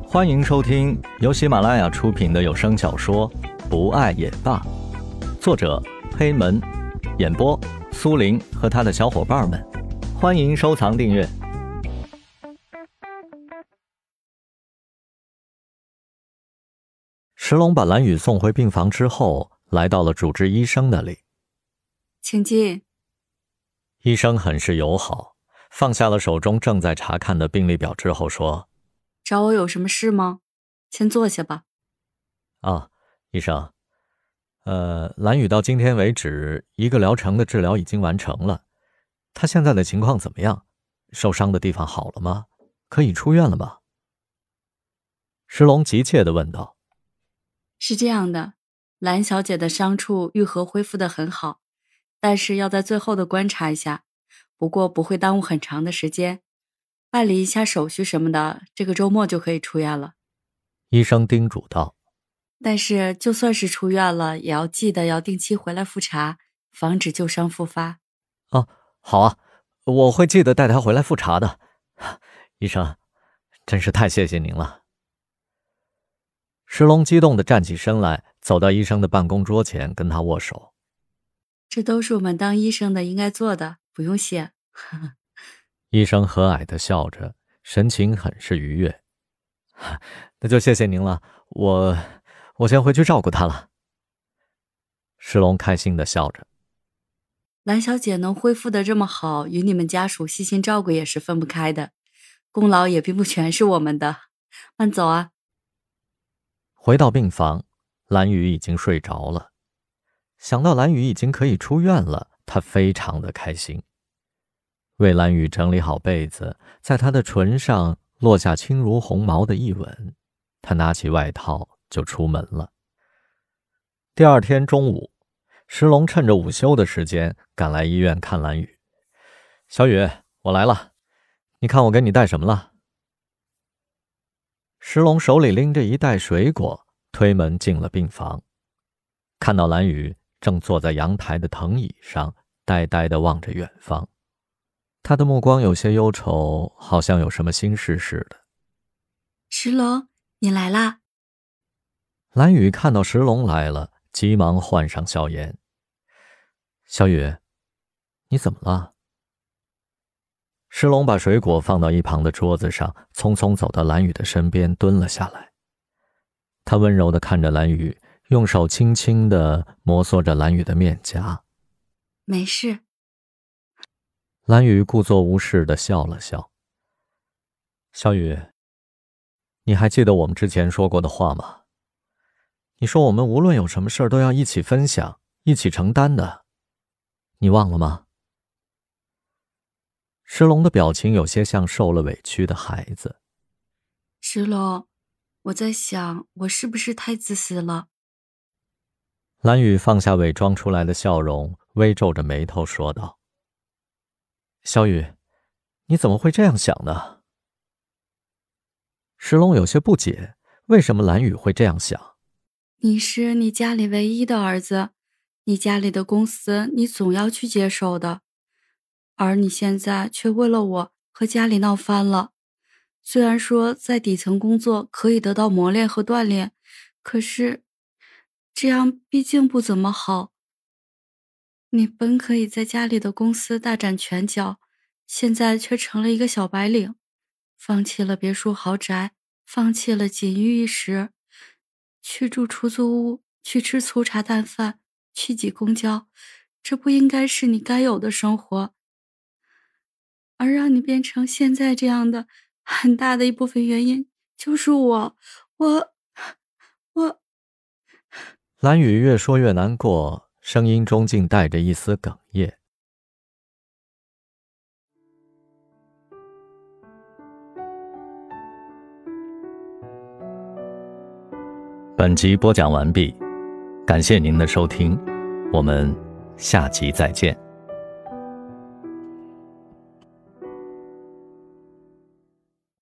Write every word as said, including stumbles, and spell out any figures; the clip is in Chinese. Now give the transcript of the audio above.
欢迎收听由喜马拉雅出品的有声小说《不爱也罢》，作者黑门，演播苏林和他的小伙伴们。欢迎收藏订阅。石龙把蓝雨送回病房之后，来到了主治医生那里。 请进。 医生很是友好，放下了手中正在查看的病历表之后说： 找我有什么事吗？先坐下吧。 啊，医生，呃，蓝雨到今天为止，一个疗程的治疗已经完成了。他现在的情况怎么样？受伤的地方好了吗？可以出院了吗？石龙急切地问道。 是这样的，蓝小姐的伤处愈合恢复得很好，但是要在最后的观察一下，不过不会耽误很长的时间。办理一下手续什么的，这个周末就可以出院了。 医生叮嘱道。 但是就算是出院了，也要记得要定期回来复查，防止旧伤复发。 哦，好啊，我会记得带他回来复查的。医生，真是太谢谢您了。石龙激动地站起身来，走到医生的办公桌前，跟他握手。 这都是我们当医生的应该做的，不用谢。 医生和蔼地笑着，神情很是愉悦。那就谢谢您了，我我先回去照顾他了。石龙开心地笑着。 蓝小姐能恢复得这么好，与你们家属细心照顾也是分不开的，功劳也并不全是我们的。慢走啊。 回到病房，蓝雨已经睡着了。想到蓝雨已经可以出院了，他非常的开心。为蓝雨整理好被子，在她的唇上落下轻如鸿毛的一吻，他拿起外套就出门了。第二天中午，石龙趁着午休的时间赶来医院看蓝雨。小雨，我来了，你看我给你带什么了？石龙手里拎着一袋水果，推门进了病房，看到蓝雨正坐在阳台的藤椅上，呆呆地望着远方。他的目光有些忧愁，好像有什么心事似的。 石龙，你来啦。 蓝雨看到石龙来了，急忙换上笑颜。小雨，你怎么了？石龙把水果放到一旁的桌子上，匆匆走到蓝雨的身边，蹲了下来。他温柔地看着蓝雨，用手轻轻地摩挲着蓝雨的面颊。 没事。 蓝雨故作无事地笑了笑。小雨，你还记得我们之前说过的话吗？你说我们无论有什么事都要一起分享，一起承担的，你忘了吗？石龙的表情有些像受了委屈的孩子。 石龙，我在想，我是不是太自私了？ 蓝雨放下伪装出来的笑容，微皱着眉头说道。小雨，你怎么会这样想呢？石龙有些不解，为什么蓝雨会这样想？ 你是你家里唯一的儿子，你家里的公司你总要去接手的，而你现在却为了我和家里闹翻了。虽然说在底层工作可以得到磨练和锻炼，可是这样毕竟不怎么好。你本可以在家里的公司大展拳脚，现在却成了一个小白领，放弃了别墅豪宅，放弃了锦衣玉食，去住出租屋，去吃粗茶淡饭，去挤公交，这不应该是你该有的生活。而让你变成现在这样的，很大的一部分原因就是我，我，我…… 蓝雨越说越难过，声音中竟带着一丝哽咽。本集播讲完毕，感谢您的收听，我们下集再见。